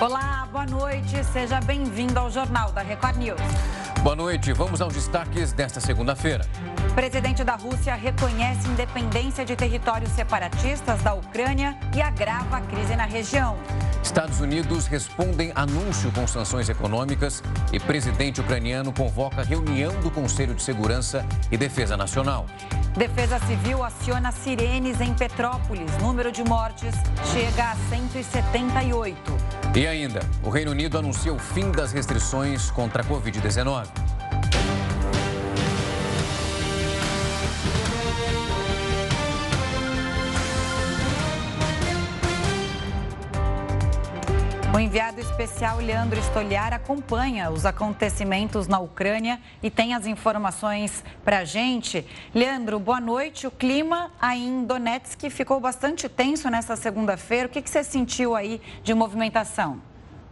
Olá, boa noite. Seja bem-vindo ao Jornal da Record News. Boa noite. Vamos aos destaques desta segunda-feira. O presidente da Rússia reconhece independência de territórios separatistas da Ucrânia e agrava a crise na região. Estados Unidos respondem anúncio com sanções econômicas e presidente ucraniano convoca reunião do Conselho de Segurança e Defesa Nacional. Defesa Civil aciona sirenes em Petrópolis. Número de mortes chega a 178. E ainda, o Reino Unido anuncia o fim das restrições contra a Covid-19. O enviado especial Leandro Stoliar acompanha os acontecimentos na Ucrânia e tem as informações para a gente. Leandro, boa noite. O clima aí em Donetsk ficou bastante tenso nessa segunda-feira. O que você sentiu aí de movimentação?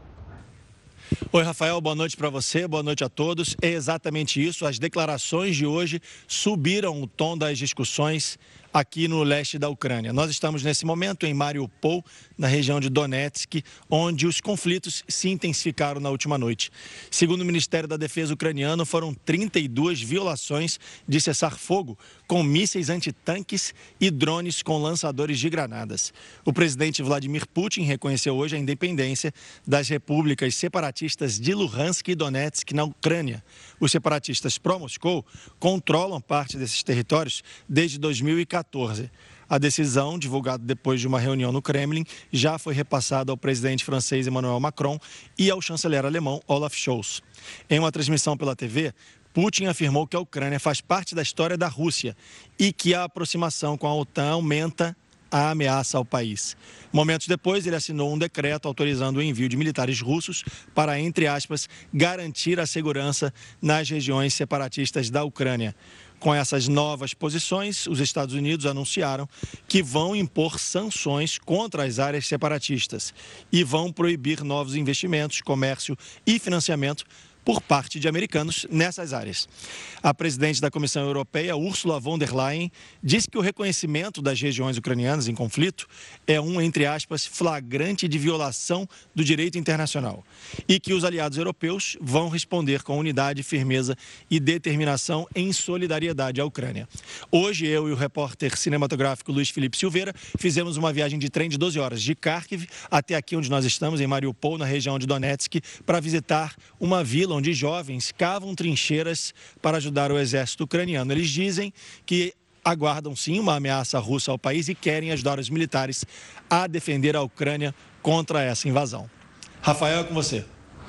Oi, Rafael, boa noite para você, boa noite a todos. É exatamente isso, as declarações de hoje subiram o tom das discussões aqui no leste da Ucrânia. Nós estamos nesse momento em Mariupol, na região de Donetsk, onde os conflitos se intensificaram na última noite. Segundo o Ministério da Defesa ucraniano, foram 32 violações de cessar-fogo com mísseis antitanques e drones com lançadores de granadas. O presidente Vladimir Putin reconheceu hoje a independência das repúblicas separatistas de Luhansk e Donetsk na Ucrânia. Os separatistas pró-Moscou controlam parte desses territórios desde 2014. A decisão, divulgada depois de uma reunião no Kremlin, já foi repassada ao presidente francês Emmanuel Macron e ao chanceler alemão Olaf Scholz. Em uma transmissão pela TV, Putin afirmou que a Ucrânia faz parte da história da Rússia e que a aproximação com a OTAN aumenta a ameaça ao país. Momentos depois, ele assinou um decreto autorizando o envio de militares russos para, entre aspas, garantir a segurança nas regiões separatistas da Ucrânia. Com essas novas posições, os Estados Unidos anunciaram que vão impor sanções contra as áreas separatistas e vão proibir novos investimentos, comércio e financiamento por parte de americanos nessas áreas. A presidente da Comissão Europeia, Ursula von der Leyen, disse que o reconhecimento das regiões ucranianas em conflito é um, entre aspas, flagrante de violação do direito internacional e que os aliados europeus vão responder com unidade, firmeza e determinação em solidariedade à Ucrânia. Hoje, eu e o repórter cinematográfico Luiz Felipe Silveira fizemos uma viagem de trem de 12 horas de Kharkiv até aqui onde nós estamos, em Mariupol, na região de Donetsk, para visitar uma vila onde jovens cavam trincheiras para ajudar o exército ucraniano. Eles dizem que aguardam sim uma ameaça russa ao país e querem ajudar os militares a defender a Ucrânia contra essa invasão. Rafael, é com você.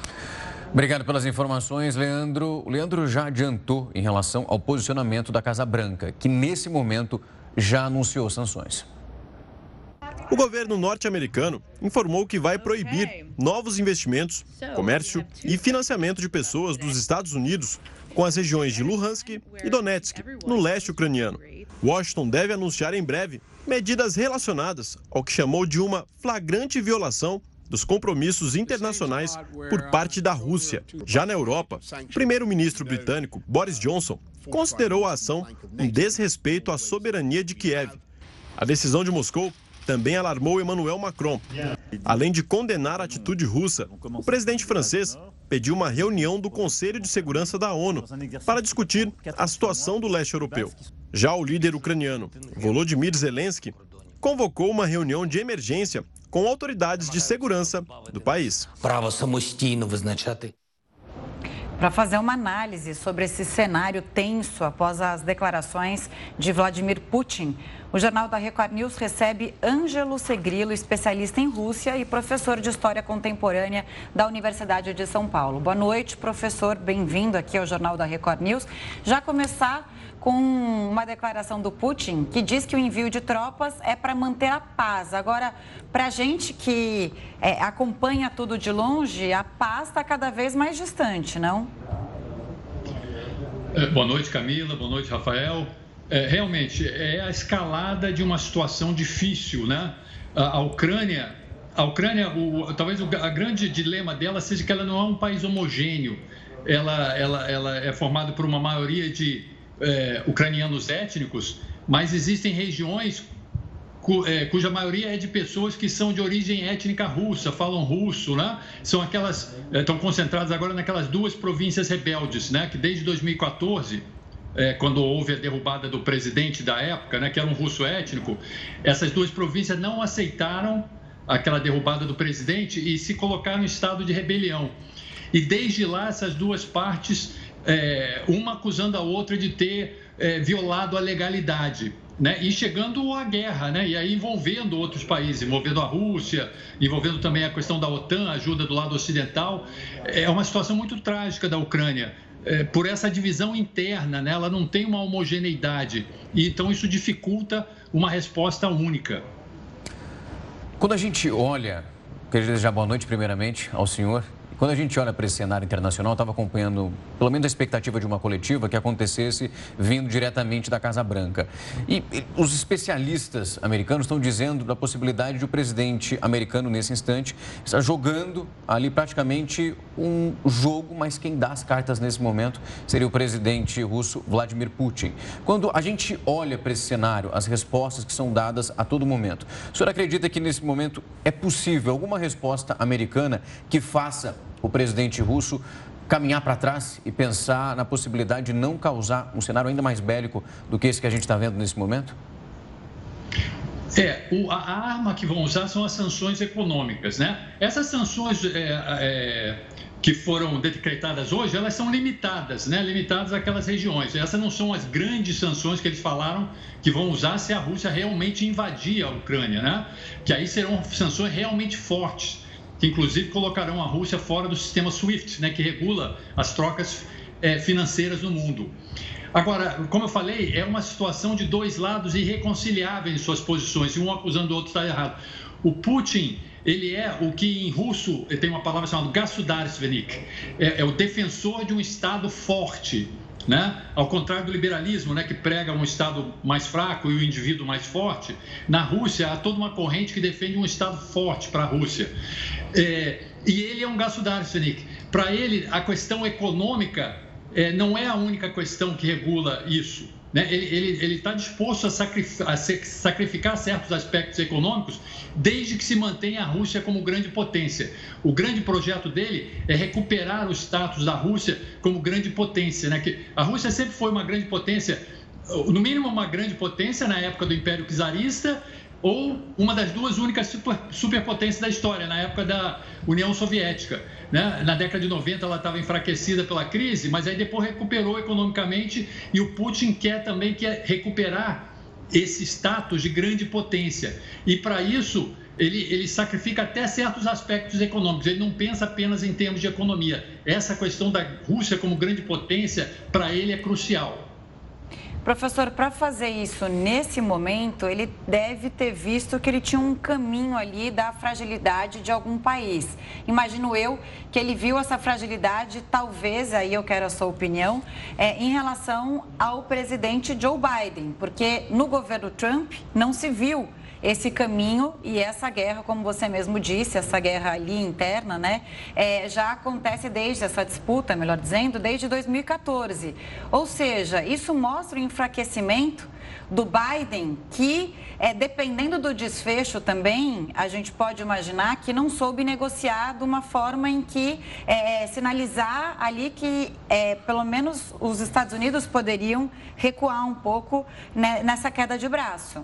Obrigado pelas informações, Leandro. O Leandro já adiantou em relação ao posicionamento da Casa Branca, que nesse momento já anunciou sanções. O governo norte-americano informou que vai proibir novos investimentos, comércio e financiamento de pessoas dos Estados Unidos com as regiões de Luhansk e Donetsk, no leste ucraniano. Washington deve anunciar em breve medidas relacionadas ao que chamou de uma flagrante violação dos compromissos internacionais por parte da Rússia. Já na Europa, o primeiro-ministro britânico Boris Johnson considerou a ação um desrespeito à soberania de Kiev. A decisão de Moscou também alarmou Emmanuel Macron. Além de condenar a atitude russa, o presidente francês pediu uma reunião do Conselho de Segurança da ONU para discutir a situação do leste europeu. Já o líder ucraniano, Volodymyr Zelensky, convocou uma reunião de emergência com autoridades de segurança do país. Para fazer uma análise sobre esse cenário tenso após as declarações de Vladimir Putin, o Jornal da Record News recebe Ângelo Segrilo, especialista em Rússia e professor de História Contemporânea da Universidade de São Paulo. Boa noite, professor. Bem-vindo aqui ao Jornal da Record News. Já começar com uma declaração do Putin que diz que o envio de tropas é para manter a paz. Agora, para a gente que acompanha tudo de longe, a paz está cada vez mais distante, não? Boa noite, Camila. Boa noite, Rafael. Realmente, é a escalada de uma situação difícil, né? A Ucrânia, talvez o grande dilema dela seja que ela não é um país homogêneo. Ela é formada por uma maioria de ucranianos étnicos, mas existem regiões cuja maioria é de pessoas que são de origem étnica russa, falam russo, né? São aquelas, estão concentradas agora naquelas 2 províncias rebeldes, né? Que desde 2014, quando houve a derrubada do presidente da época, né? Que era um russo étnico, essas 2 províncias não aceitaram aquela derrubada do presidente e se colocaram em estado de rebelião. E desde lá, essas 2 partes, uma acusando a outra de ter violado a legalidade, né? E chegando à guerra, né? E aí envolvendo outros países, envolvendo a Rússia, envolvendo também a questão da OTAN, ajuda do lado ocidental. É uma situação muito trágica da Ucrânia, por essa divisão interna, né? Ela não tem uma homogeneidade, e então isso dificulta uma resposta única. Quando a gente olha, queria desejar boa noite primeiramente ao senhor. Quando a gente olha para esse cenário internacional, eu estava acompanhando pelo menos a expectativa de uma coletiva que acontecesse vindo diretamente da Casa Branca. E os especialistas americanos estão dizendo da possibilidade de o presidente americano, nesse instante, estar jogando ali praticamente um jogo, mas quem dá as cartas nesse momento seria o presidente russo Vladimir Putin. Quando a gente olha para esse cenário, as respostas que são dadas a todo momento, o senhor acredita que nesse momento é possível alguma resposta americana que faça o presidente russo caminhar para trás e pensar na possibilidade de não causar um cenário ainda mais bélico do que esse que a gente está vendo nesse momento? A arma que vão usar são as sanções econômicas, né? Essas sanções que foram decretadas hoje, elas são limitadas, né? Limitadas àquelas regiões. Essas não são as grandes sanções que eles falaram que vão usar se a Rússia realmente invadir a Ucrânia, né? Que aí serão sanções realmente fortes, que inclusive colocarão a Rússia fora do sistema SWIFT, né, que regula as trocas financeiras no mundo. Agora, como eu falei, é uma situação de 2 lados irreconciliáveis em suas posições, e um acusando o outro está errado. O Putin, ele é o que em russo tem uma palavra chamada Государственник, é o defensor de um Estado forte, né? Ao contrário do liberalismo, né, que prega um Estado mais fraco e o indivíduo mais forte, na Rússia há toda uma corrente que defende um Estado forte para a Rússia. E ele é um Государственник. Para ele, a questão econômica não é a única questão que regula isso, né? Ele está disposto a sacrificar certos aspectos econômicos desde que se mantenha a Rússia como grande potência. O grande projeto dele é recuperar o status da Rússia como grande potência, né? Que a Rússia sempre foi uma grande potência, no mínimo uma grande potência na época do Império Czarista, ou uma das 2 únicas superpotências da história, na época da União Soviética, né? Na década de 90 ela estava enfraquecida pela crise, mas aí depois recuperou economicamente, e o Putin quer recuperar esse status de grande potência. E para isso ele sacrifica até certos aspectos econômicos, ele não pensa apenas em termos de economia. Essa questão da Rússia como grande potência, para ele é crucial. Professor, para fazer isso nesse momento, ele deve ter visto que ele tinha um caminho ali da fragilidade de algum país. Imagino eu que ele viu essa fragilidade, talvez, aí eu quero a sua opinião, em relação ao presidente Joe Biden, porque no governo Trump não se viu esse caminho e essa guerra, como você mesmo disse, essa guerra ali interna, né, já acontece desde essa disputa, melhor dizendo, desde 2014. Ou seja, isso mostra o enfraquecimento do Biden, que, dependendo do desfecho também, a gente pode imaginar que não soube negociar de uma forma em que sinalizar ali que, pelo menos, os Estados Unidos poderiam recuar um pouco, né, nessa queda de braço.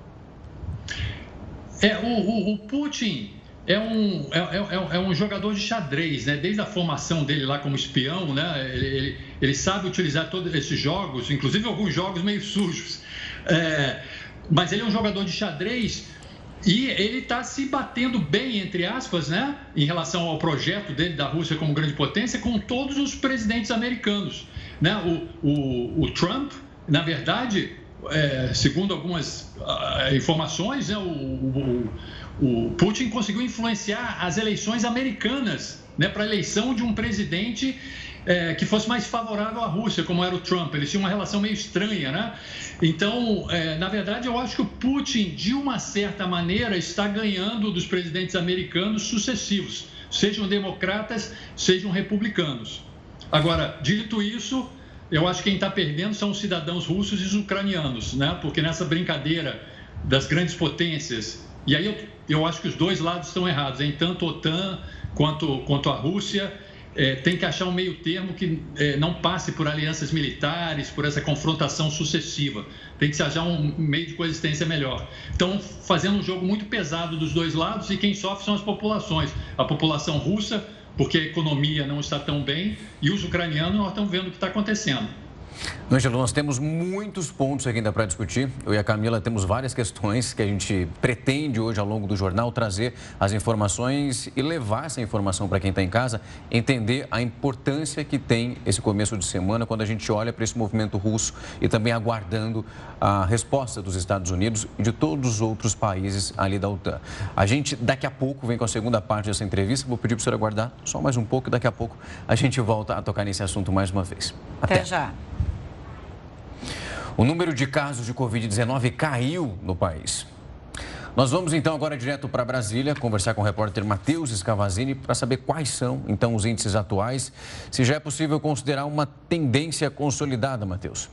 O Putin é um jogador de xadrez, né? Desde a formação dele lá como espião, né? Ele sabe utilizar todos esses jogos, inclusive alguns jogos meio sujos. Mas ele é um jogador de xadrez e ele está se batendo bem, entre aspas, né? Em relação ao projeto dele da Rússia como grande potência, com todos os presidentes americanos, né? O Trump, na verdade, segundo algumas informações, né, o Putin conseguiu influenciar as eleições americanas, né, para a eleição de um presidente que fosse mais favorável à Rússia, como era o Trump. Eles tinham uma relação meio estranha, né? Então, na verdade, eu acho que o Putin, de uma certa maneira, está ganhando dos presidentes americanos sucessivos, sejam democratas, sejam republicanos. Agora, dito isso, eu acho que quem está perdendo são os cidadãos russos e os ucranianos, né? Porque nessa brincadeira das grandes potências. E aí eu acho que os dois lados estão errados, hein? Tanto a OTAN quanto a Rússia tem que achar um meio termo que não passe por alianças militares, por essa confrontação sucessiva. Tem que se achar um meio de coexistência melhor. Então, fazendo um jogo muito pesado dos dois lados, e quem sofre são as populações. A população russa, porque a economia não está tão bem, e os ucranianos, nós estamos vendo o que está acontecendo. Ângelo, nós temos muitos pontos aqui ainda para discutir. Eu e a Camila temos várias questões que a gente pretende hoje, ao longo do jornal, trazer as informações e levar essa informação para quem está em casa, entender a importância que tem esse começo de semana quando a gente olha para esse movimento russo e também aguardando a resposta dos Estados Unidos e de todos os outros países ali da OTAN. A gente, daqui a pouco, vem com a segunda parte dessa entrevista. Vou pedir para o senhor aguardar só mais um pouco e daqui a pouco a gente volta a tocar nesse assunto mais uma vez. Até já. O número de casos de Covid-19 caiu no país. Nós vamos então agora direto para Brasília conversar com o repórter Matheus Scavazini para saber quais são então os índices atuais, se já é possível considerar uma tendência consolidada, Matheus.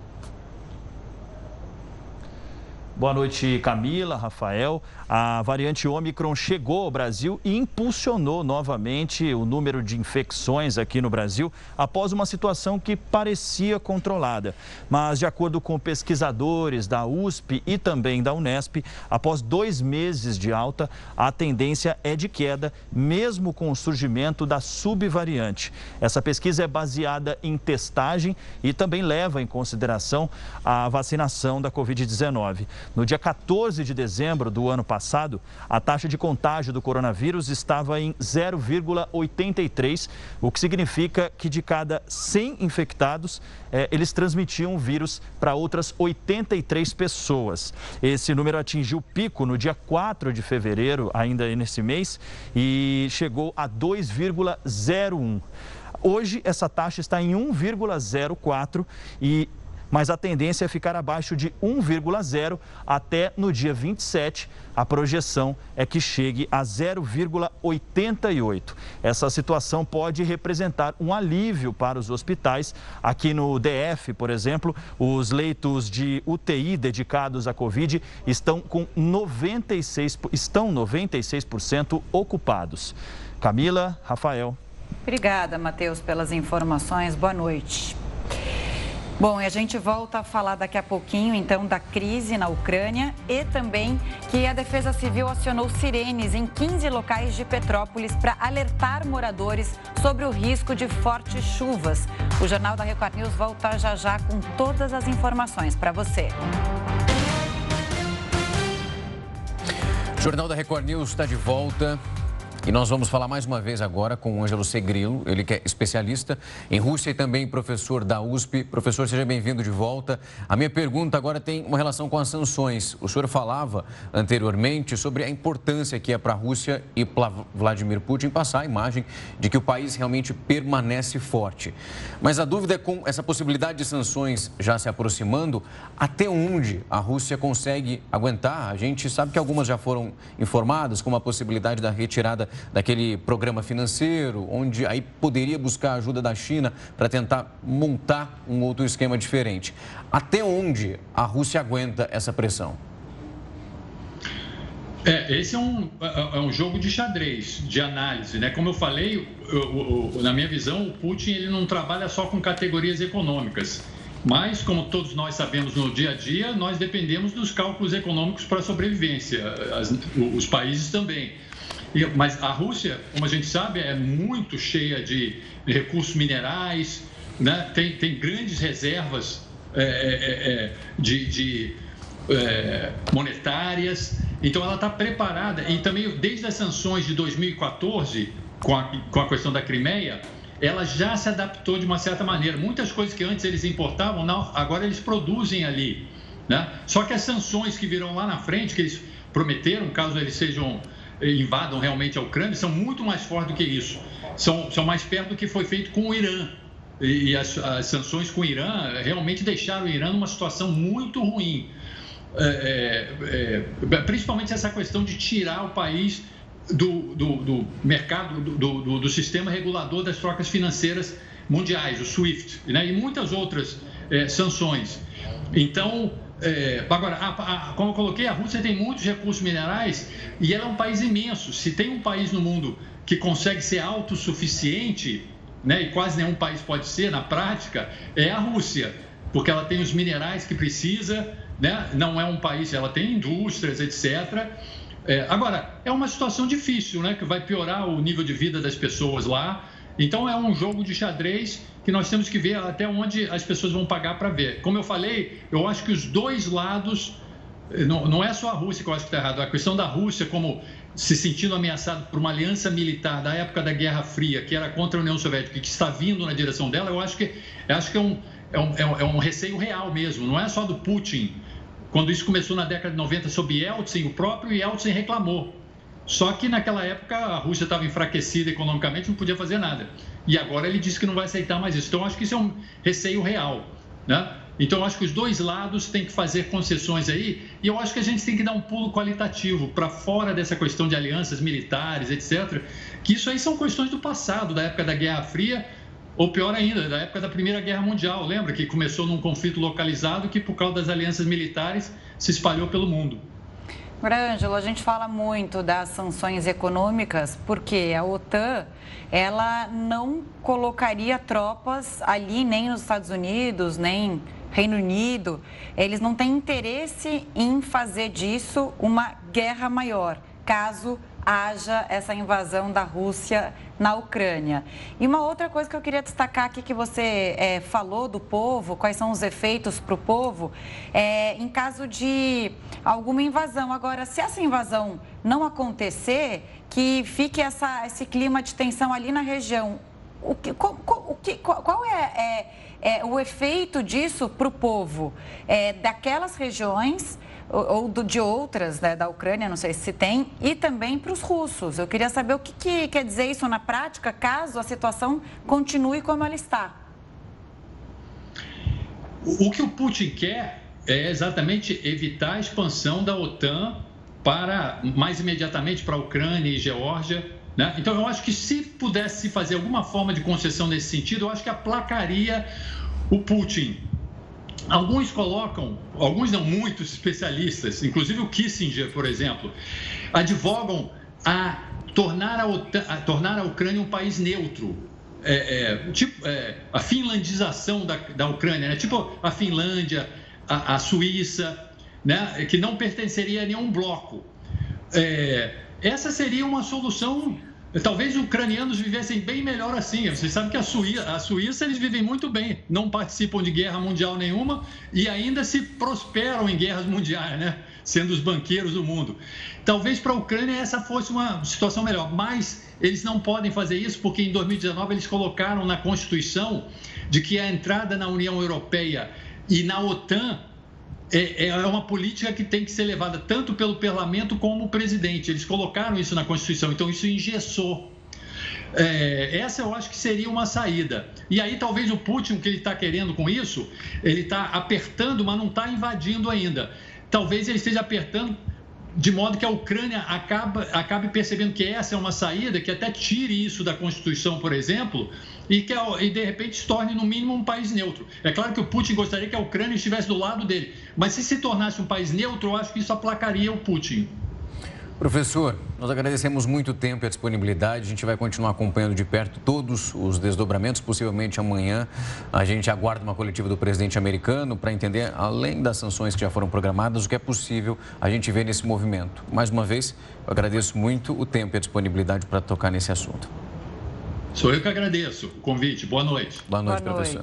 Boa noite, Camila, Rafael. A variante Ômicron chegou ao Brasil e impulsionou novamente o número de infecções aqui no Brasil após uma situação que parecia controlada. Mas, de acordo com pesquisadores da USP e também da Unesp, após 2 meses de alta, a tendência é de queda, mesmo com o surgimento da subvariante. Essa pesquisa é baseada em testagem e também leva em consideração a vacinação da Covid-19. No dia 14 de dezembro do ano passado, a taxa de contágio do coronavírus estava em 0,83, o que significa que de cada 100 infectados, eles transmitiam o vírus para outras 83 pessoas. Esse número atingiu pico no dia 4 de fevereiro, ainda nesse mês, e chegou a 2,01. Hoje, essa taxa está em 1,04 mas a tendência é ficar abaixo de 1,0 até no dia 27. A projeção é que chegue a 0,88. Essa situação pode representar um alívio para os hospitais. Aqui no DF, por exemplo, os leitos de UTI dedicados à Covid estão 96% ocupados. Camila, Rafael. Obrigada, Matheus, pelas informações. Boa noite. Bom, e a gente volta a falar daqui a pouquinho, então, da crise na Ucrânia e também que a Defesa Civil acionou sirenes em 15 locais de Petrópolis para alertar moradores sobre o risco de fortes chuvas. O Jornal da Record News volta já com todas as informações para você. O Jornal da Record News está de volta. E nós vamos falar mais uma vez agora com o Ângelo Segrilo, ele que é especialista em Rússia e também professor da USP. Professor, seja bem-vindo de volta. A minha pergunta agora tem uma relação com as sanções. O senhor falava anteriormente sobre a importância que é para a Rússia e para Vladimir Putin passar a imagem de que o país realmente permanece forte. Mas a dúvida é, com essa possibilidade de sanções já se aproximando, até onde a Rússia consegue aguentar? A gente sabe que algumas já foram informadas, como a possibilidade da retirada daquele programa financeiro, onde aí poderia buscar a ajuda da China para tentar montar um outro esquema diferente. Até onde a Rússia aguenta essa pressão? Esse é um jogo de xadrez, de análise, né? Como eu falei, na minha visão, o Putin ele não trabalha só com categorias econômicas, mas, como todos nós sabemos no dia a dia, nós dependemos dos cálculos econômicos para a sobrevivência, os países também. Mas a Rússia, como a gente sabe, é muito cheia de recursos minerais, né? Tem grandes reservas monetárias, então ela está preparada. E também, desde as sanções de 2014, com a questão da Crimeia, ela já se adaptou de uma certa maneira. Muitas coisas que antes eles importavam, agora eles produzem ali, né? Só que as sanções que virão lá na frente, que eles prometeram, caso eles invadam realmente a Ucrânia, são muito mais fortes do que isso. São mais perto do que foi feito com o Irã. E as sanções com o Irã realmente deixaram o Irã numa situação muito ruim. Principalmente essa questão de tirar o país do mercado, do sistema regulador das trocas financeiras mundiais, o SWIFT, né? E muitas outras sanções. Então, Agora, como eu coloquei, a Rússia tem muitos recursos minerais e ela é um país imenso. Se tem um país no mundo que consegue ser autossuficiente, né, e quase nenhum país pode ser na prática, é a Rússia, porque ela tem os minerais que precisa, né? Não é um país, ela tem indústrias, etc. Agora, é uma situação difícil, né, que vai piorar o nível de vida das pessoas lá. Então, é um jogo de xadrez que nós temos que ver até onde as pessoas vão pagar para ver. Como eu falei, eu acho que os dois lados, não é só a Rússia que eu acho que está errado, a questão da Rússia como se sentindo ameaçada por uma aliança militar da época da Guerra Fria, que era contra a União Soviética e que está vindo na direção dela, eu acho que é um receio real mesmo, não é só do Putin. Quando isso começou na década de 90 sob Yeltsin, o próprio Yeltsin reclamou. Só que naquela época a Rússia estava enfraquecida economicamente, não podia fazer nada. E agora ele disse que não vai aceitar mais isso. Então eu acho que isso é um receio real, né? Então eu acho que os dois lados têm que fazer concessões aí. E eu acho que a gente tem que dar um pulo qualitativo para fora dessa questão de alianças militares, etc. Que isso aí são questões do passado, da época da Guerra Fria, ou pior ainda, da época da Primeira Guerra Mundial. Lembra que começou num conflito localizado que por causa das alianças militares se espalhou pelo mundo. Agora, Ângelo, a gente fala muito das sanções econômicas porque a OTAN, ela não colocaria tropas ali, nem nos Estados Unidos, nem Reino Unido. Eles não têm interesse em fazer disso uma guerra maior, caso haja essa invasão da Rússia na Ucrânia. E uma outra coisa que eu queria destacar aqui que você falou do povo, quais são os efeitos para o povo, em caso de alguma invasão. Agora, se essa invasão não acontecer, que fique esse clima de tensão ali na região, qual é o efeito disso para o povo daquelas regiões ou de outras, né, da Ucrânia, não sei se tem, e também para os russos? Eu queria saber o que quer dizer isso na prática, caso a situação continue como ela está. O que o Putin quer é exatamente evitar a expansão da OTAN mais imediatamente para a Ucrânia e Geórgia, né? Então, eu acho que se pudesse fazer alguma forma de concessão nesse sentido, eu acho que aplacaria o Putin. Alguns não, muitos especialistas, inclusive o Kissinger, por exemplo, advogam a tornar a Ucrânia um país neutro. A finlandização da Ucrânia, né? Tipo a Finlândia, a Suíça, né? Que não pertenceria a nenhum bloco. Essa seria uma solução. Talvez os ucranianos vivessem bem melhor assim. Vocês sabem que a Suíça eles vivem muito bem, não participam de guerra mundial nenhuma e ainda se prosperam em guerras mundiais, né? Sendo os banqueiros do mundo. Talvez para a Ucrânia essa fosse uma situação melhor, mas eles não podem fazer isso porque em 2019 eles colocaram na Constituição de que a entrada na União Europeia e na OTAN é uma política que tem que ser levada tanto pelo parlamento como o presidente. Eles colocaram isso na Constituição, então isso engessou. Essa eu acho que seria uma saída. E aí talvez o Putin, o que ele está querendo com isso, ele está apertando, mas não está invadindo ainda. Talvez ele esteja apertando de modo que a Ucrânia acabe percebendo que essa é uma saída, que até tire isso da Constituição, por exemplo, e de repente se torne, no mínimo, um país neutro. É claro que o Putin gostaria que a Ucrânia estivesse do lado dele, mas se tornasse um país neutro, eu acho que isso aplacaria o Putin. Professor, nós agradecemos muito o tempo e a disponibilidade. A gente vai continuar acompanhando de perto todos os desdobramentos. Possivelmente amanhã a gente aguarda uma coletiva do presidente americano para entender, além das sanções que já foram programadas, o que é possível a gente ver nesse movimento. Mais uma vez, eu agradeço muito o tempo e a disponibilidade para tocar nesse assunto. Sou eu que agradeço o convite. Boa noite. Boa noite, professor.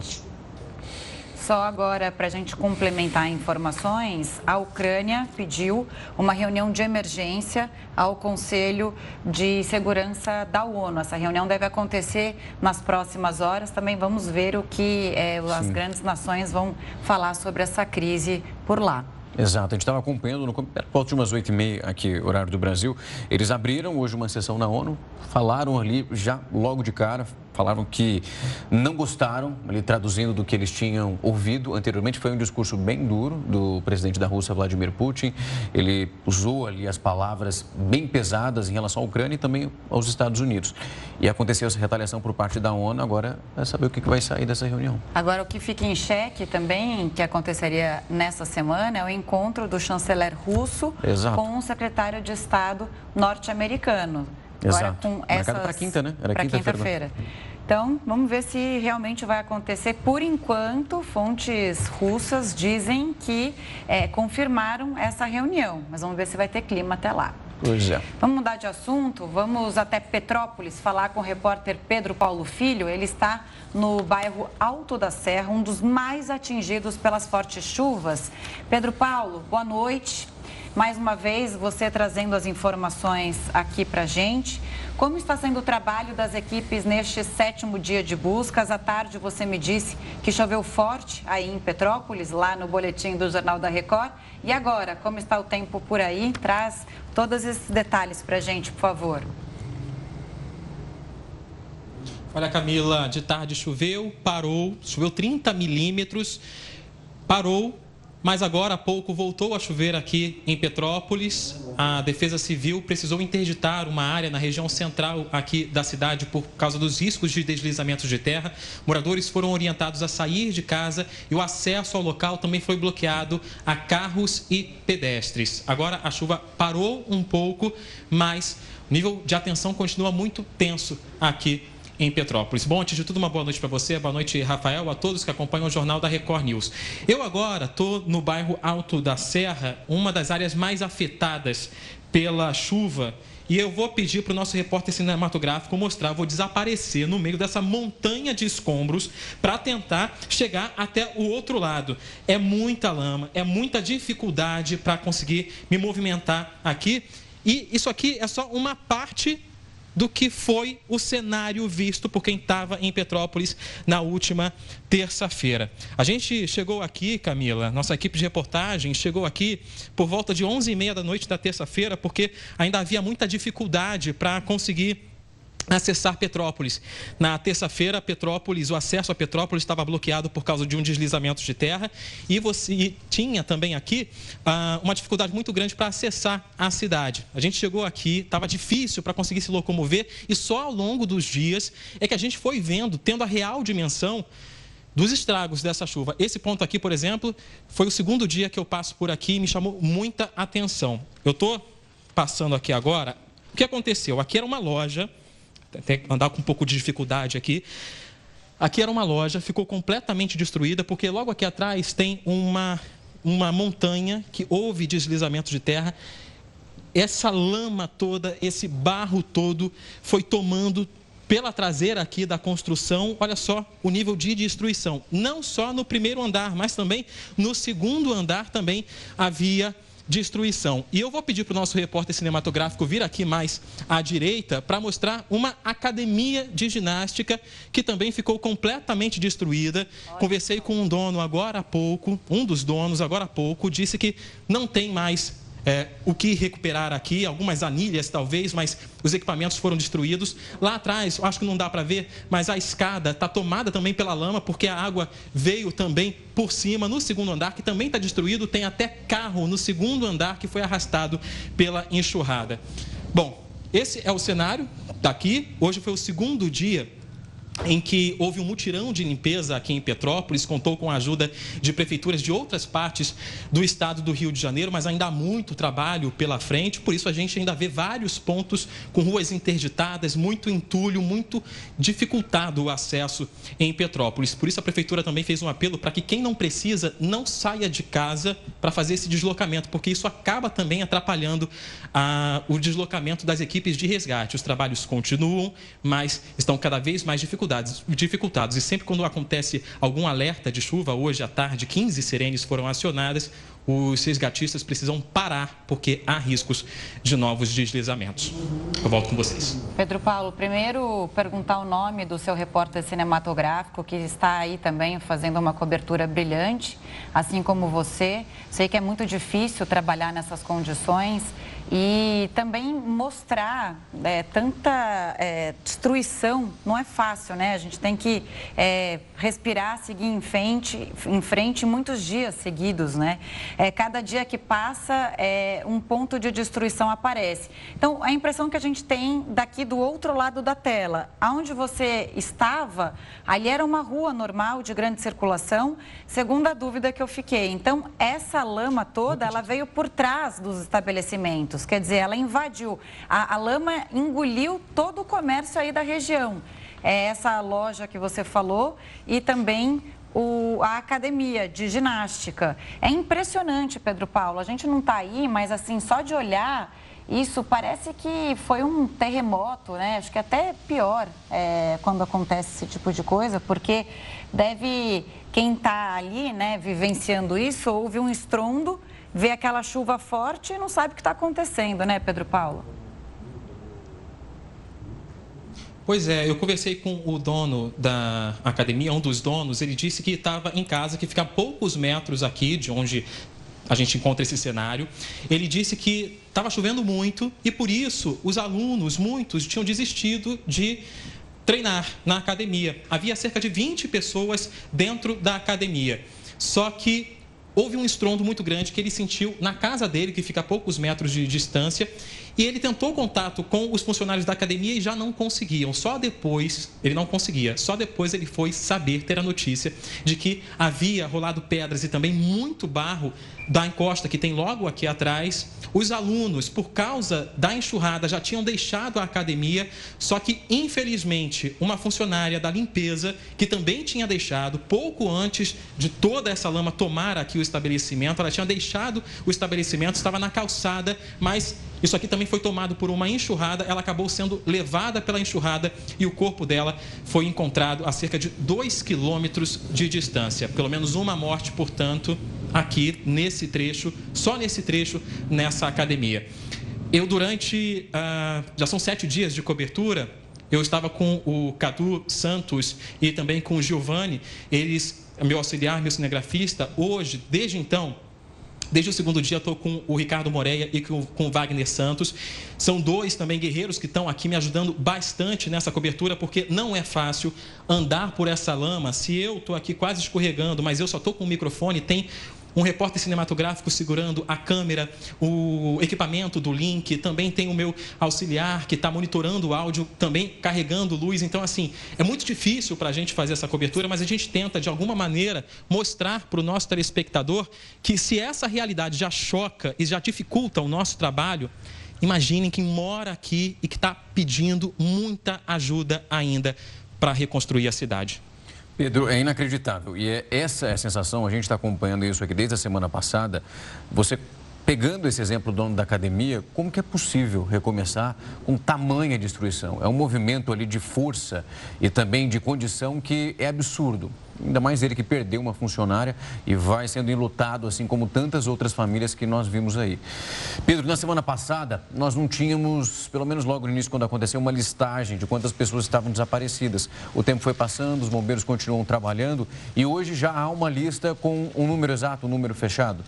Só agora, para a gente complementar informações, a Ucrânia pediu uma reunião de emergência ao Conselho de Segurança da ONU. Essa reunião deve acontecer nas próximas horas. Também vamos ver o que as grandes nações vão falar sobre essa crise por lá. Exato, a gente estava acompanhando, por volta de umas 8h30 aqui, horário do Brasil. Eles abriram hoje uma sessão na ONU, falaram ali já logo de cara, falaram que não gostaram, ali traduzindo do que eles tinham ouvido anteriormente. Foi um discurso bem duro do presidente da Rússia, Vladimir Putin. Ele usou ali as palavras bem pesadas em relação à Ucrânia e também aos Estados Unidos. E aconteceu essa retaliação por parte da ONU, agora é saber o que vai sair dessa reunião. Agora, o que fica em xeque também, que aconteceria nessa semana, é o encontro do chanceler russo com o secretário de Estado norte-americano. Agora, com essas... para quinta, né? Era quinta-feira. Então, vamos ver se realmente vai acontecer. Por enquanto, fontes russas dizem que confirmaram essa reunião, mas vamos ver se vai ter clima até lá. Pois é. Vamos mudar de assunto, vamos até Petrópolis falar com o repórter Pedro Paulo Filho. Ele está no bairro Alto da Serra, um dos mais atingidos pelas fortes chuvas. Pedro Paulo, boa noite. Mais uma vez, você trazendo as informações aqui para a gente. Como está sendo o trabalho das equipes neste 7º dia de buscas? À tarde, você me disse que choveu forte aí em Petrópolis, lá no boletim do Jornal da Record. E agora, como está o tempo por aí? Traz todos esses detalhes para a gente, por favor. Olha, Camila, de tarde choveu, parou, choveu 30 milímetros, parou. Mas agora há pouco voltou a chover aqui em Petrópolis. A Defesa Civil precisou interditar uma área na região central aqui da cidade por causa dos riscos de deslizamentos de terra. Moradores foram orientados a sair de casa e o acesso ao local também foi bloqueado a carros e pedestres. Agora a chuva parou um pouco, mas o nível de atenção continua muito tenso aqui em Petrópolis. Bom, antes de tudo, uma boa noite para você, boa noite, Rafael, a todos que acompanham o Jornal da Record News. Eu agora estou no bairro Alto da Serra, uma das áreas mais afetadas pela chuva, e eu vou pedir para o nosso repórter cinematográfico mostrar, vou desaparecer no meio dessa montanha de escombros para tentar chegar até o outro lado. É muita lama, é muita dificuldade para conseguir me movimentar aqui, e isso aqui é só uma parte do que foi o cenário visto por quem estava em Petrópolis na última terça-feira. A gente chegou aqui, Camila, nossa equipe de reportagem chegou aqui por volta de 11h30 da noite da terça-feira, porque ainda havia muita dificuldade para conseguir acessar Petrópolis. Na terça-feira, o acesso a Petrópolis estava bloqueado por causa de um deslizamento de terra e você tinha também aqui uma dificuldade muito grande para acessar a cidade. A gente chegou aqui, estava difícil para conseguir se locomover e só ao longo dos dias é que a gente foi tendo a real dimensão dos estragos dessa chuva. Esse ponto aqui, por exemplo, foi o 2º dia que eu passo por aqui e me chamou muita atenção. Eu estou passando aqui agora. O que aconteceu? Aqui era uma loja, até andar com um pouco de dificuldade aqui. Aqui era uma loja, ficou completamente destruída, porque logo aqui atrás tem uma montanha que houve deslizamento de terra. Essa lama toda, esse barro todo foi tomando pela traseira aqui da construção. Olha só o nível de destruição. Não só no 1º andar, mas também no 2º andar também havia destruição. E eu vou pedir para o nosso repórter cinematográfico vir aqui mais à direita para mostrar uma academia de ginástica que também ficou completamente destruída. Conversei com um dono agora há pouco, um dos donos agora há pouco, disse que não tem mais o que recuperar aqui, algumas anilhas talvez, mas os equipamentos foram destruídos. Lá atrás, acho que não dá para ver, mas a escada está tomada também pela lama, porque a água veio também por cima. No 2º andar, que também está destruído, tem até carro no 2º andar que foi arrastado pela enxurrada. Bom, esse é o cenário daqui. Hoje foi o 2º dia em que houve um mutirão de limpeza aqui em Petrópolis, contou com a ajuda de prefeituras de outras partes do estado do Rio de Janeiro, mas ainda há muito trabalho pela frente, por isso a gente ainda vê vários pontos com ruas interditadas, muito entulho, muito dificultado o acesso em Petrópolis. Por isso a prefeitura também fez um apelo para que quem não precisa não saia de casa para fazer esse deslocamento, porque isso acaba também atrapalhando o deslocamento das equipes de resgate. Os trabalhos continuam, mas estão cada vez mais dificultados. E sempre quando acontece algum alerta de chuva, hoje à tarde, 15 sirenes foram acionadas, os resgatistas precisam parar, porque há riscos de novos deslizamentos. Eu volto com vocês. Pedro Paulo, primeiro perguntar o nome do seu repórter cinematográfico, que está aí também fazendo uma cobertura brilhante, assim como você. Sei que é muito difícil trabalhar nessas condições. E também mostrar tanta destruição não é fácil, né? A gente tem que respirar, seguir em frente muitos dias seguidos, né? Cada dia que passa, um ponto de destruição aparece. Então, a impressão que a gente tem daqui do outro lado da tela, aonde você estava, ali era uma rua normal de grande circulação, segundo a dúvida que eu fiquei. Então, essa lama toda, ela veio por trás dos estabelecimentos. Quer dizer, ela invadiu, a lama engoliu todo o comércio aí da região. Essa loja que você falou e também a academia de ginástica. É impressionante, Pedro Paulo, a gente não está aí, mas assim, só de olhar, isso parece que foi um terremoto, né? Acho que até pior quando acontece esse tipo de coisa, porque quem está ali, né, vivenciando isso, ouve um estrondo, vê aquela chuva forte e não sabe o que está acontecendo, né, Pedro Paulo? Pois é, eu conversei com o dono da academia, um dos donos, ele disse que estava em casa, que fica a poucos metros aqui de onde a gente encontra esse cenário. Ele disse que estava chovendo muito e, por isso, os alunos, muitos, tinham desistido de treinar na academia. Havia cerca de 20 pessoas dentro da academia. Só que houve um estrondo muito grande que ele sentiu na casa dele, que fica a poucos metros de distância, e ele tentou contato com os funcionários da academia e já não conseguiam. Só depois ele foi saber, ter a notícia de que havia rolado pedras e também muito barro da encosta que tem logo aqui atrás. Os alunos, por causa da enxurrada, já tinham deixado a academia, só que, infelizmente, uma funcionária da limpeza, que também tinha deixado, pouco antes de toda essa lama tomar aqui o estabelecimento, ela tinha deixado o estabelecimento, estava na calçada, mas isso aqui também foi tomado por uma enxurrada, ela acabou sendo levada pela enxurrada e o corpo dela foi encontrado a cerca de 2 quilômetros de distância. Pelo menos uma morte, portanto, aqui nesse trecho, só nesse trecho, nessa academia. Eu, já são 7 dias de cobertura, eu estava com o Cadu Santos e também com o Giovanni, meu auxiliar, meu cinegrafista. Hoje, desde o segundo dia, estou com o Ricardo Moreira e com o Wagner Santos. São 2 também guerreiros que estão aqui me ajudando bastante nessa cobertura, porque não é fácil andar por essa lama. Se eu estou aqui quase escorregando, mas eu só estou com o microfone, tem um repórter cinematográfico segurando a câmera, o equipamento do link, também tem o meu auxiliar que está monitorando o áudio, também carregando luz. Então, assim, é muito difícil para a gente fazer essa cobertura, mas a gente tenta, de alguma maneira, mostrar para o nosso telespectador que, se essa realidade já choca e já dificulta o nosso trabalho, imaginem quem mora aqui e que está pedindo muita ajuda ainda para reconstruir a cidade. Pedro, é inacreditável. E essa é a sensação, a gente está acompanhando isso aqui desde a semana passada. Você, pegando esse exemplo do dono da academia, como que é possível recomeçar com tamanha destruição? É um movimento ali de força e também de condição que é absurdo. Ainda mais ele que perdeu uma funcionária e vai sendo enlutado, assim como tantas outras famílias que nós vimos aí. Pedro, na semana passada, nós não tínhamos, pelo menos logo no início, quando aconteceu, uma listagem de quantas pessoas estavam desaparecidas. O tempo foi passando, os bombeiros continuam trabalhando e hoje já há uma lista com um número exato, um número fechado.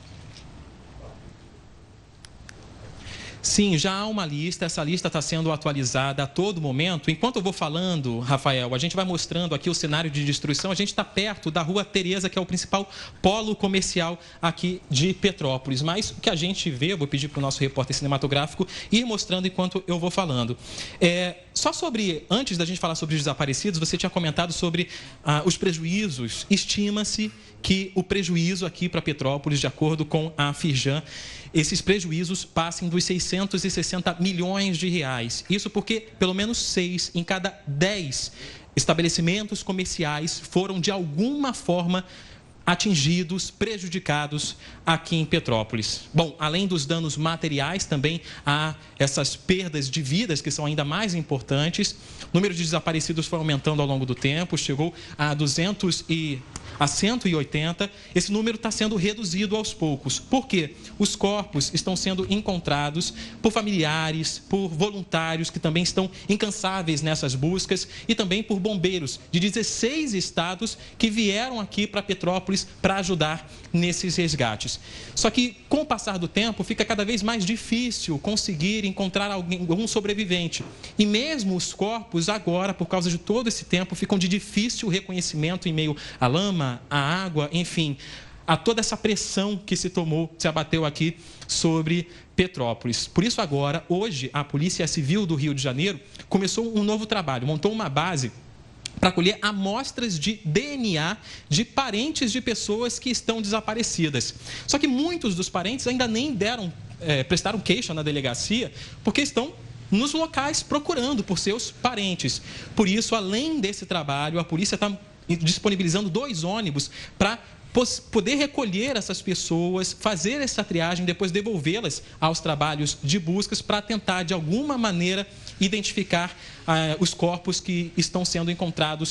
Sim, já há uma lista, essa lista está sendo atualizada a todo momento. Enquanto eu vou falando, Rafael, a gente vai mostrando aqui o cenário de destruição. A gente está perto da Rua Tereza, que é o principal polo comercial aqui de Petrópolis. Mas o que a gente vê, eu vou pedir para o nosso repórter cinematográfico ir mostrando enquanto eu vou falando. Antes da gente falar sobre os desaparecidos, você tinha comentado sobre os prejuízos. Estima-se que o prejuízo aqui para Petrópolis, de acordo com a Firjan, esses prejuízos passem dos 660 milhões de reais. Isso porque pelo menos 6 em cada 10 estabelecimentos comerciais foram de alguma forma atingidos, prejudicados aqui em Petrópolis. Bom, além dos danos materiais, também há essas perdas de vidas que são ainda mais importantes. O número de desaparecidos foi aumentando ao longo do tempo, chegou a a 180, esse número está sendo reduzido aos poucos. Por quê? Os corpos estão sendo encontrados por familiares, por voluntários que também estão incansáveis nessas buscas e também por bombeiros de 16 estados que vieram aqui para Petrópolis para ajudar nesses resgates. Só que, com o passar do tempo, fica cada vez mais difícil conseguir encontrar algum sobrevivente. E mesmo os corpos, agora, por causa de todo esse tempo, ficam de difícil reconhecimento em meio à lama, à água, enfim, a toda essa pressão que se abateu aqui sobre Petrópolis. Por isso, agora, hoje, a Polícia Civil do Rio de Janeiro começou um novo trabalho, montou uma base para colher amostras de DNA de parentes de pessoas que estão desaparecidas. Só que muitos dos parentes ainda nem prestaram queixa na delegacia, porque estão nos locais procurando por seus parentes. Por isso, além desse trabalho, a polícia está disponibilizando 2 ônibus para poder recolher essas pessoas, fazer essa triagem, depois devolvê-las aos trabalhos de buscas para tentar, de alguma maneira, identificar os corpos que estão sendo encontrados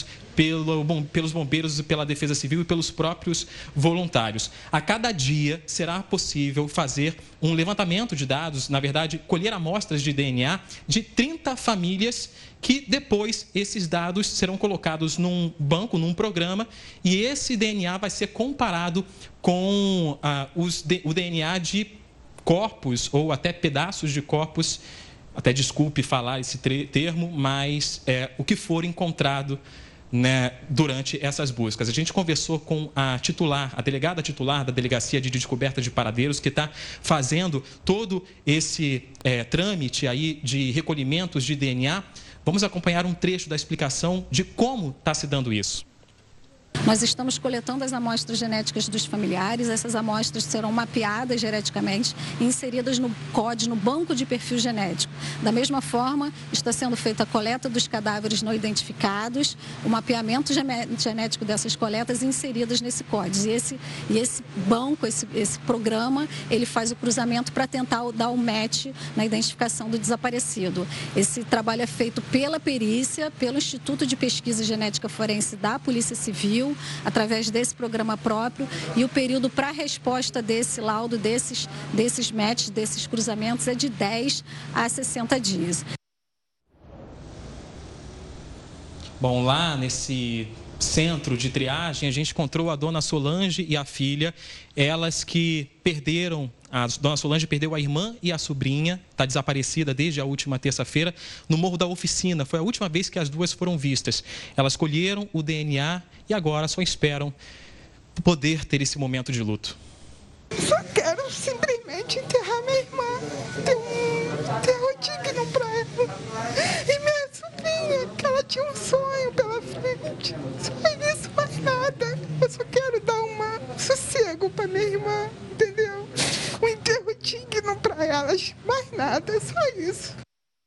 pelos bombeiros, pela Defesa Civil e pelos próprios voluntários. A cada dia será possível fazer um levantamento de dados, na verdade, colher amostras de DNA de 30 famílias que depois esses dados serão colocados num banco, num programa, e esse DNA vai ser comparado com o DNA de corpos ou até pedaços de corpos, até desculpe falar esse termo, mas o que for encontrado, né, durante essas buscas. A gente conversou com a delegada titular da Delegacia de Descoberta de Paradeiros, que está fazendo todo esse trâmite aí de recolhimentos de DNA. Vamos acompanhar um trecho da explicação de como está se dando isso. Nós estamos coletando as amostras genéticas dos familiares. Essas amostras serão mapeadas geneticamente e inseridas no COD, no banco de perfil genético. Da mesma forma, está sendo feita a coleta dos cadáveres não identificados, o mapeamento genético dessas coletas inseridas nesse COD. E esse banco, esse programa, ele faz o cruzamento para tentar dar o match na identificação do desaparecido. Esse trabalho é feito pela perícia, pelo Instituto de Pesquisa Genética Forense da Polícia Civil, através desse programa próprio, e o período para a resposta desse laudo, desses matches, desses cruzamentos, é de 10 a 60 dias. Bom, lá nesse centro de triagem, a gente encontrou a dona Solange e a filha, elas que perderam, a dona Solange perdeu a irmã e a sobrinha, está desaparecida desde a última terça-feira, no Morro da Oficina. Foi a última vez que as duas foram vistas. Elas colheram o DNA e agora só esperam poder ter esse momento de luto. Só quero simplesmente enterrar minha irmã, ter um enterro digno para ela. E minha sobrinha, que ela tinha um sonho pela frente. Só isso, mais nada. Eu só quero dar um sossego para minha irmã, entendeu? Um enterro digno para elas, mais nada, só isso.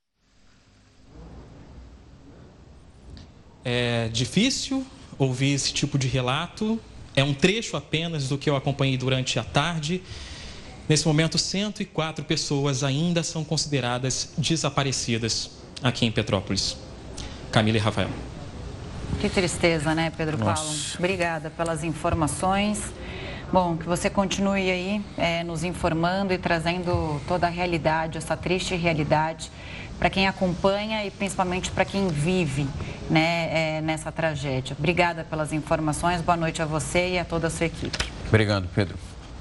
É difícil ouvir esse tipo de relato, é um trecho apenas do que eu acompanhei durante a tarde. Nesse momento, 104 pessoas ainda são consideradas desaparecidas aqui em Petrópolis. Camila e Rafael. Que tristeza, né, Pedro Paulo? Obrigada pelas informações. Bom, que você continue aí nos informando e trazendo toda a realidade, essa triste realidade, para quem acompanha e principalmente para quem vive, né, nessa tragédia. Obrigada pelas informações, boa noite a você e a toda a sua equipe. Obrigado, Pedro.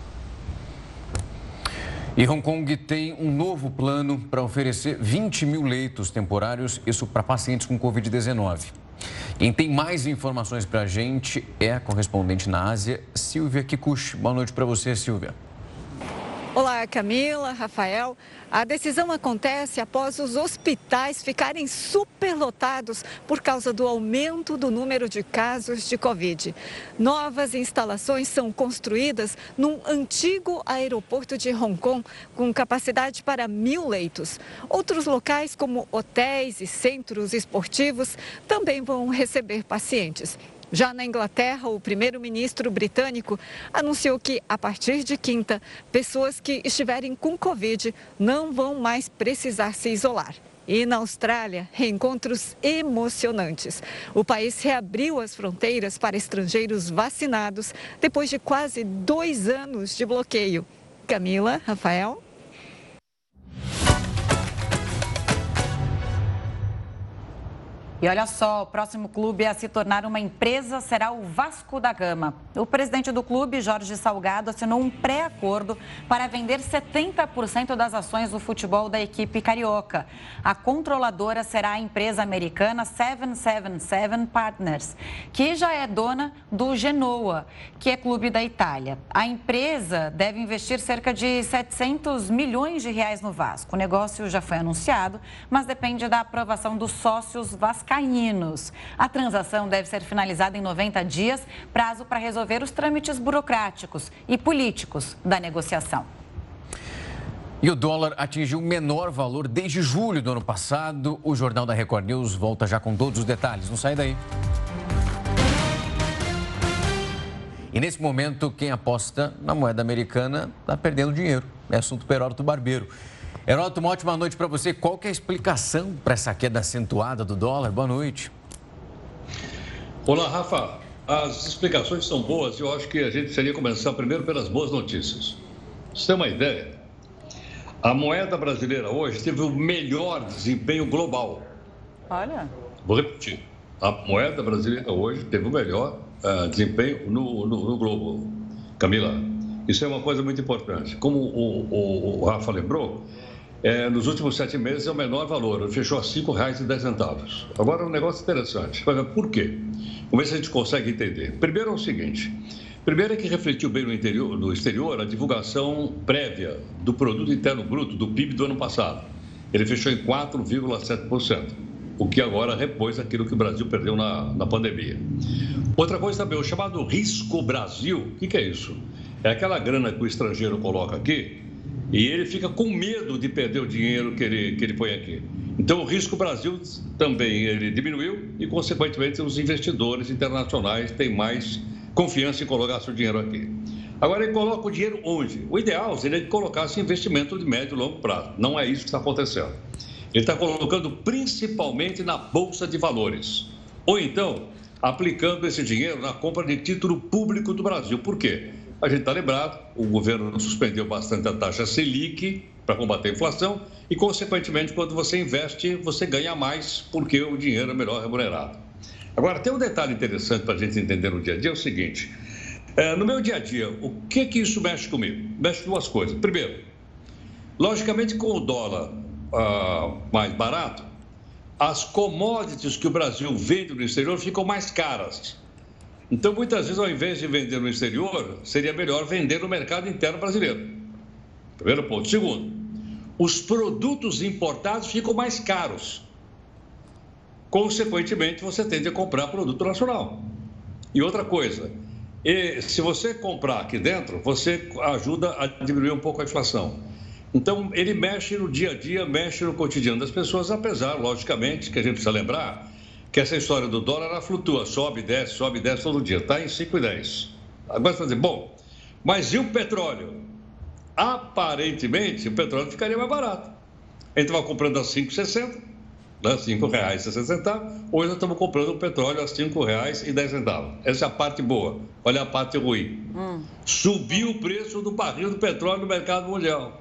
E Hong Kong tem um novo plano para oferecer 20 mil leitos temporários, isso para pacientes com Covid-19. Quem tem mais informações para a gente é a correspondente na Ásia, Silvia Kikuchi. Boa noite para você, Silvia. Olá, Camila, Rafael. A decisão acontece após os hospitais ficarem superlotados por causa do aumento do número de casos de Covid. Novas instalações são construídas num antigo aeroporto de Hong Kong, com capacidade para 1.000 leitos. Outros locais, como hotéis e centros esportivos, também vão receber pacientes. Já na Inglaterra, o primeiro-ministro britânico anunciou que, a partir de quinta, pessoas que estiverem com Covid não vão mais precisar se isolar. E na Austrália, reencontros emocionantes. O país reabriu as fronteiras para estrangeiros vacinados depois de quase 2 anos de bloqueio. Camila, Rafael. E olha só, o próximo clube a se tornar uma empresa será o Vasco da Gama. O presidente do clube, Jorge Salgado, assinou um pré-acordo para vender 70% das ações do futebol da equipe carioca. A controladora será a empresa americana 777 Partners, que já é dona do Genoa, que é clube da Itália. A empresa deve investir cerca de 700 milhões de reais no Vasco. O negócio já foi anunciado, mas depende da aprovação dos sócios vascaínos. A transação deve ser finalizada em 90 dias, prazo para resolver os trâmites burocráticos e políticos da negociação. E o dólar atingiu o menor valor desde julho do ano passado. O Jornal da Record News volta já com todos os detalhes. Não sai daí. E nesse momento, quem aposta na moeda americana está perdendo dinheiro. É assunto para Heródoto Barbeiro. Heródoto, uma ótima noite para você. Qual que é a explicação para essa queda acentuada do dólar? Boa noite. Olá, Rafa. As explicações são boas e eu acho que a gente seria começar primeiro pelas boas notícias. Pra você ter uma ideia, a moeda brasileira hoje teve o melhor desempenho global. Olha. Vou repetir. A moeda brasileira hoje teve o melhor desempenho no globo. Camila, isso é uma coisa muito importante. Como o Rafa lembrou, nos últimos 7 meses é o menor valor, fechou a R$ 5,10. Agora, um negócio interessante. Por quê? Vamos ver se a gente consegue entender. Primeiro é o seguinte. Primeiro é que refletiu bem no exterior a divulgação prévia do Produto Interno Bruto, do PIB do ano passado. Ele fechou em 4,7%, o que agora repôs aquilo que o Brasil perdeu na pandemia. Outra coisa também, o chamado Risco Brasil. O que é isso? É aquela grana que o estrangeiro coloca aqui e ele fica com medo de perder o dinheiro que ele põe aqui. Então, o Risco Brasil também ele diminuiu e, consequentemente, os investidores internacionais têm mais confiança em colocar seu dinheiro aqui. Agora, ele coloca o dinheiro onde? O ideal seria que colocasse investimento de médio e longo prazo. Não é isso que está acontecendo. Ele está colocando principalmente na Bolsa de Valores. Ou então, aplicando esse dinheiro na compra de título público do Brasil. Por quê? A gente está lembrado, o governo suspendeu bastante a taxa Selic para combater a inflação e, consequentemente, quando você investe, você ganha mais porque o dinheiro é melhor remunerado. Agora, tem um detalhe interessante para a gente entender no dia a dia, é o seguinte. No meu dia a dia, o que isso mexe comigo? Mexe com 2 coisas. Primeiro, logicamente, com o dólar mais barato, as commodities que o Brasil vende no exterior ficam mais caras. Então, muitas vezes, ao invés de vender no exterior, seria melhor vender no mercado interno brasileiro. Primeiro ponto. Segundo, os produtos importados ficam mais caros. Consequentemente, você tende a comprar produto nacional. E outra coisa, se você comprar aqui dentro, você ajuda a diminuir um pouco a inflação. Então, ele mexe no dia a dia, mexe no cotidiano das pessoas, apesar, logicamente, que a gente precisa lembrar que essa história do dólar, ela flutua, sobe e desce todo dia, está em 5,10. Agora você vai dizer, bom, mas e o petróleo? Aparentemente, o petróleo ficaria mais barato. A gente estava comprando a 5,60, né, R$ 5,60, hoje nós estamos comprando o petróleo a R$ 5,10. Essa é a parte boa. Olha a parte ruim. Subiu o preço do barril do petróleo no mercado mundial.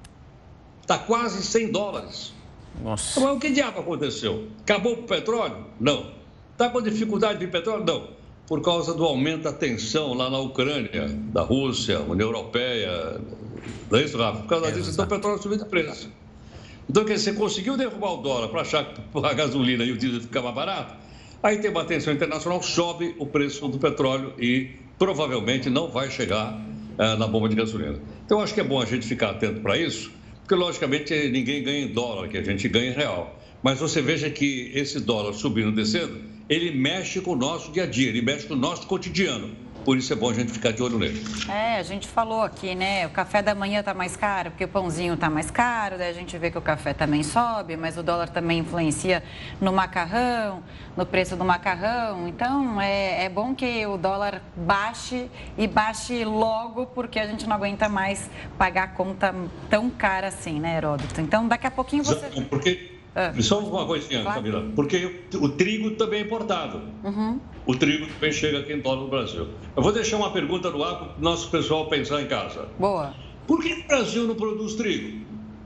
Está quase $100. Nossa. Mas o que diabo aconteceu? Acabou o petróleo? Não. Está com dificuldade de petróleo? Não. Por causa do aumento da tensão lá na Ucrânia, da Rússia, União Europeia. Não é isso, Rafa? Por causa disso, então o petróleo subiu de preço. Então, quer dizer, você conseguiu derrubar o dólar para achar que a gasolina e o diesel ficam mais barato? Aí tem uma tensão internacional, sobe o preço do petróleo e provavelmente não vai chegar na bomba de gasolina. Então, acho que é bom a gente ficar atento para isso. Porque, logicamente, ninguém ganha em dólar, que a gente ganha em real. Mas você veja que esse dólar subindo e descendo, ele mexe com o nosso dia a dia, ele mexe com o nosso cotidiano. Por isso é bom a gente ficar de olho nele. A gente falou aqui, né? O café da manhã está mais caro, porque o pãozinho está mais caro, daí a gente vê que o café também sobe, mas o dólar também influencia no macarrão, no preço do macarrão. Então, é bom que o dólar baixe e baixe logo, porque a gente não aguenta mais pagar a conta tão cara assim, né, Heródoto? Então, daqui a pouquinho você... Só uma coisinha, claro. Camila, porque o trigo também é importado. O trigo também chega aqui em dólar no Brasil. Eu vou deixar uma pergunta no ar para o nosso pessoal pensar em casa. Boa. Por que o Brasil não produz trigo?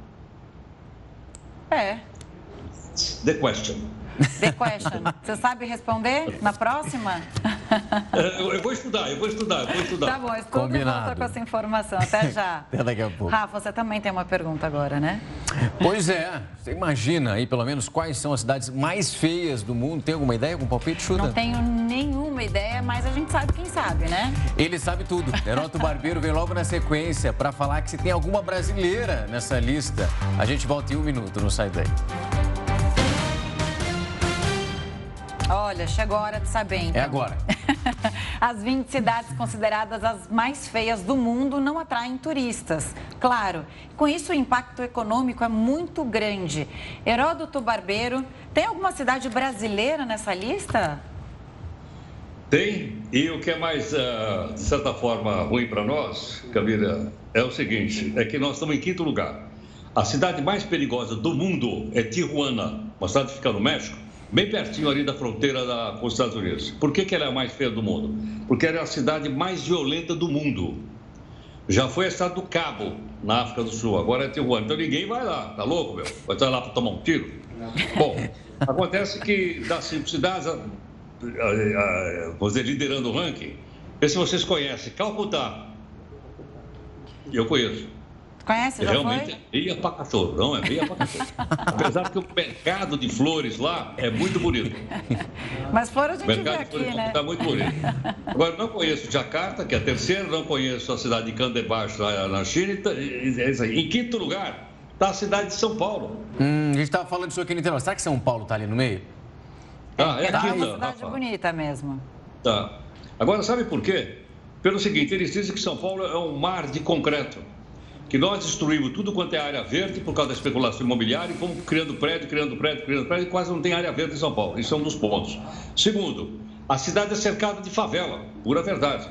The question. Você sabe responder na próxima? Eu vou estudar. Tá bom, estuda e volta com essa informação. Até já. Até daqui a pouco. Rafa, você também tem uma pergunta agora, né? Pois é. Você imagina aí, pelo menos, quais são as cidades mais feias do mundo? Tem alguma ideia? Algum palpite? Chuta? Não tenho nenhuma ideia, mas a gente sabe quem sabe, né? Ele sabe tudo. Heródoto Barbeiro vem logo na sequência para falar que se tem alguma brasileira nessa lista. A gente volta em 1 minuto, não sai daí. Olha, chegou a hora de saber, então. É agora. As 20 cidades consideradas as mais feias do mundo não atraem turistas. Claro, com isso o impacto econômico é muito grande. Heródoto Barbeiro, tem alguma cidade brasileira nessa lista? Tem, e o que é mais, de certa forma, ruim para nós, Camila, é o seguinte, é que nós estamos em 5º lugar. A cidade mais perigosa do mundo é Tijuana, uma cidade que fica no México, bem pertinho ali da fronteira com os Estados Unidos. Por que ela é a mais feia do mundo? Porque ela é a cidade mais violenta do mundo. Já foi a cidade do Cabo, na África do Sul, agora é Tijuana. Então ninguém vai lá, tá louco, meu? Vai estar lá para tomar um tiro? Bom, acontece que das 5 cidades, vamos dizer, liderando o ranking, vê se vocês conhecem, Calcutá. Eu conheço. Conhece? Já realmente foi? É meia pra cachorro, não é meia pra cachorro. Apesar que o mercado de flores lá é muito bonito. Mas flores a gente vê aqui, né? Está muito bonito. Agora, não conheço Jakarta, que é a terceira, não conheço a cidade de Candebaixo, lá na China. Em 5º lugar está a cidade de São Paulo. A gente estava falando disso aqui no interior. Será que São Paulo está ali no meio? É uma aqui, cidade Rafa. bonita mesmo. Tá. Agora, sabe por quê? Pelo seguinte, eles dizem que São Paulo é um mar de concreto. Que nós destruímos tudo quanto é área verde por causa da especulação imobiliária e fomos criando prédio, e quase não tem área verde em São Paulo. Isso é um dos pontos. Segundo, a cidade é cercada de favela, pura verdade.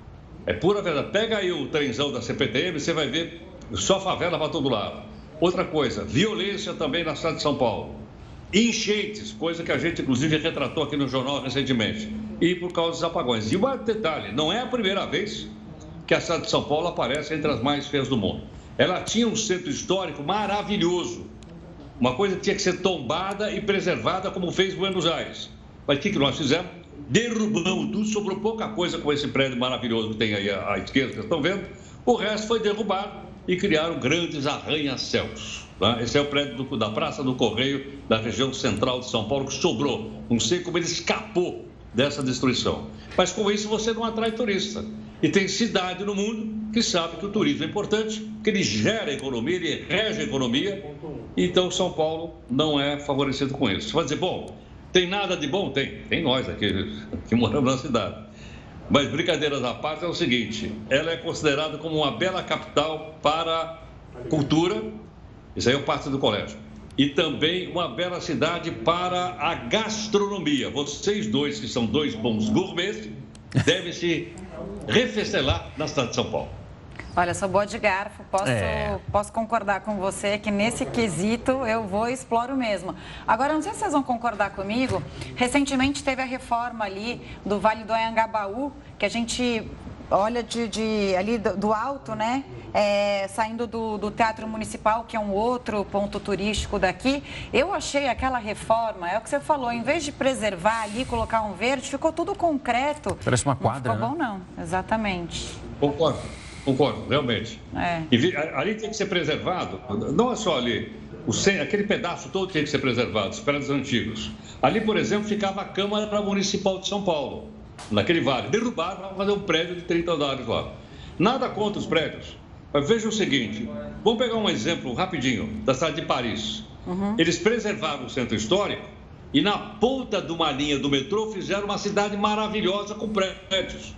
É pura verdade. Pega aí o trenzão da CPTM, você vai ver só favela para todo lado. Outra coisa, violência também na cidade de São Paulo. Enchentes, coisa que a gente inclusive retratou aqui no jornal recentemente. E por causa dos apagões. E um detalhe, não é a primeira vez que a cidade de São Paulo aparece entre as mais feias do mundo. Ela tinha um centro histórico maravilhoso, uma coisa que tinha que ser tombada e preservada, como fez Buenos Aires. Mas o que nós fizemos? Derrubamos tudo, sobrou pouca coisa com esse prédio maravilhoso que tem aí à esquerda, que vocês estão vendo. O resto foi derrubado e criaram grandes arranha-céus. Tá? Esse é o prédio da Praça do Correio, da região central de São Paulo, que sobrou. Não sei como ele escapou dessa destruição. Mas com isso você não atrai turista. E tem cidade no mundo que sabe que o turismo é importante, que ele gera a economia, ele rege a economia. Então, São Paulo não é favorecido com isso. Você vai dizer, bom, tem nada de bom? Tem nós aqui que moramos na cidade. Mas, brincadeiras à parte, é o seguinte, ela é considerada como uma bela capital para cultura, isso aí é parte do colégio, e também uma bela cidade para a gastronomia. Vocês dois, que são dois bons gourmets, devem se refestelar na cidade de São Paulo. Olha, sou boa de garfo, posso concordar com você que nesse quesito eu vou e exploro mesmo. Agora, não sei se vocês vão concordar comigo, recentemente teve a reforma ali do Vale do Anhangabaú, que a gente olha ali do alto, né? Saindo do Teatro Municipal, que é um outro ponto turístico daqui. Eu achei aquela reforma, é o que você falou, em vez de preservar ali, colocar um verde, ficou tudo concreto. Parece uma quadra, não ficou bom, não. Exatamente. Concordo, realmente. E ali tem que ser preservado, não é só ali, aquele pedaço todo tem que ser preservado, os prédios antigos. Ali, por exemplo, ficava a Câmara Municipal de São Paulo, naquele vale. Derrubaram para fazer um prédio de 30 andares lá. Nada contra os prédios. Mas veja o seguinte, vamos pegar um exemplo rapidinho da cidade de Paris. Eles preservaram o centro histórico e na ponta de uma linha do metrô fizeram uma cidade maravilhosa com prédios.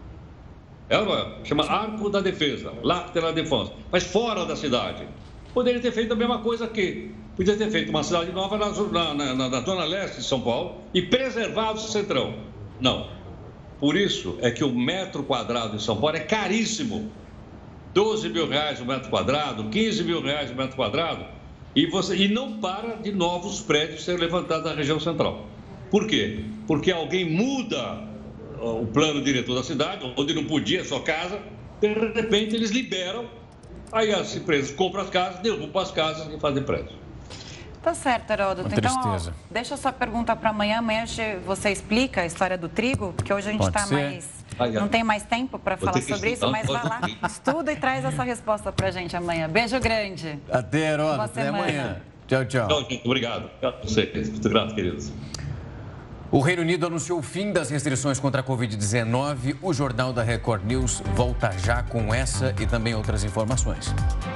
Chama Arco da Defesa, L'Arc de la Défense, mas fora da cidade. Poderia ter feito a mesma coisa aqui. Podia ter feito uma cidade nova na zona leste de São Paulo e preservado o centrão. Não. Por isso é que o metro quadrado em São Paulo é caríssimo. R$12 mil o metro quadrado, R$15 mil o metro quadrado. E não para de novos prédios serem levantados na região central. Por quê? Porque alguém muda o plano diretor da cidade, onde não podia, sua casa, de repente eles liberam, aí as empresas compram as casas, derrubam as casas e fazem prédio. Tá certo, Heródoto. Então, deixa a sua pergunta para amanhã. Amanhã você explica a história do trigo, porque hoje a gente está mais... Não tem mais tempo para falar sobre isso, mas vai lá, estuda e traz essa resposta para a gente amanhã. Beijo grande. Até, Heródoto. Até amanhã. Tchau, tchau. Tchau, gente. Obrigado. Obrigado a vocês. Muito grato, queridos. O Reino Unido anunciou o fim das restrições contra a Covid-19. O Jornal da Record News volta já com essa e também outras informações.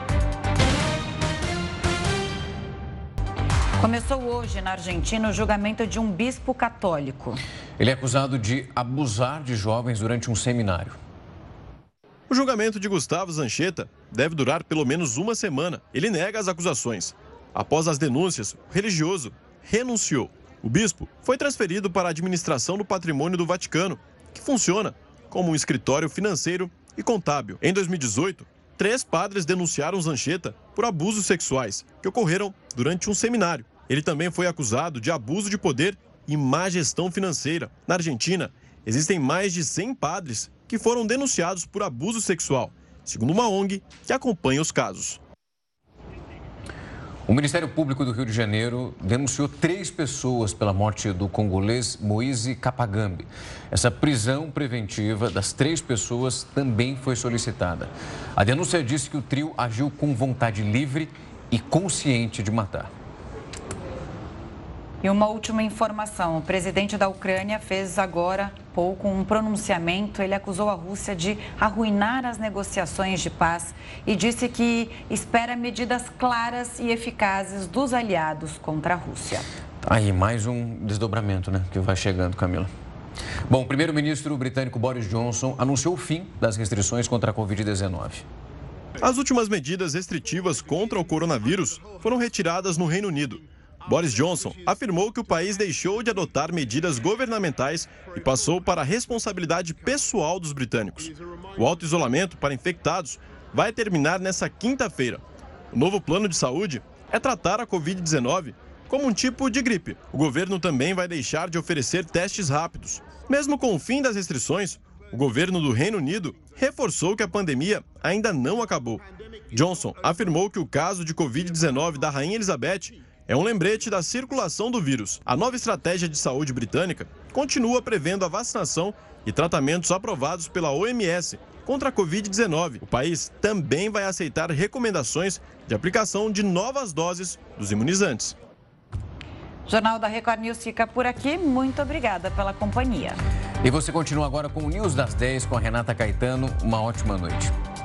Começou hoje na Argentina o julgamento de um bispo católico. Ele é acusado de abusar de jovens durante um seminário. O julgamento de Gustavo Zanchetta deve durar pelo menos uma semana. Ele nega as acusações. Após as denúncias, o religioso renunciou. O bispo foi transferido para a administração do patrimônio do Vaticano, que funciona como um escritório financeiro e contábil. Em 2018, 3 padres denunciaram Zanchetta por abusos sexuais que ocorreram durante um seminário. Ele também foi acusado de abuso de poder e má gestão financeira. Na Argentina, existem mais de 100 padres que foram denunciados por abuso sexual, segundo uma ONG que acompanha os casos. O Ministério Público do Rio de Janeiro denunciou 3 pessoas pela morte do congolês Moise Kapagambe. Essa prisão preventiva das 3 pessoas também foi solicitada. A denúncia disse que o trio agiu com vontade livre e consciente de matar. E uma última informação, o presidente da Ucrânia fez agora há pouco um pronunciamento. Ele acusou a Rússia de arruinar as negociações de paz e disse que espera medidas claras e eficazes dos aliados contra a Rússia. Aí, mais um desdobramento, né, que vai chegando, Camila. Bom, o primeiro-ministro britânico Boris Johnson anunciou o fim das restrições contra a Covid-19. As últimas medidas restritivas contra o coronavírus foram retiradas no Reino Unido. Boris Johnson afirmou que o país deixou de adotar medidas governamentais e passou para a responsabilidade pessoal dos britânicos. O auto-isolamento para infectados vai terminar nesta quinta-feira. O novo plano de saúde é tratar a Covid-19 como um tipo de gripe. O governo também vai deixar de oferecer testes rápidos. Mesmo com o fim das restrições, o governo do Reino Unido reforçou que a pandemia ainda não acabou. Johnson afirmou que o caso de Covid-19 da Rainha Elizabeth é um lembrete da circulação do vírus. A nova estratégia de saúde britânica continua prevendo a vacinação e tratamentos aprovados pela OMS contra a Covid-19. O país também vai aceitar recomendações de aplicação de novas doses dos imunizantes. O Jornal da Record News fica por aqui. Muito obrigada pela companhia. E você continua agora com o News das 10 com a Renata Caetano. Uma ótima noite.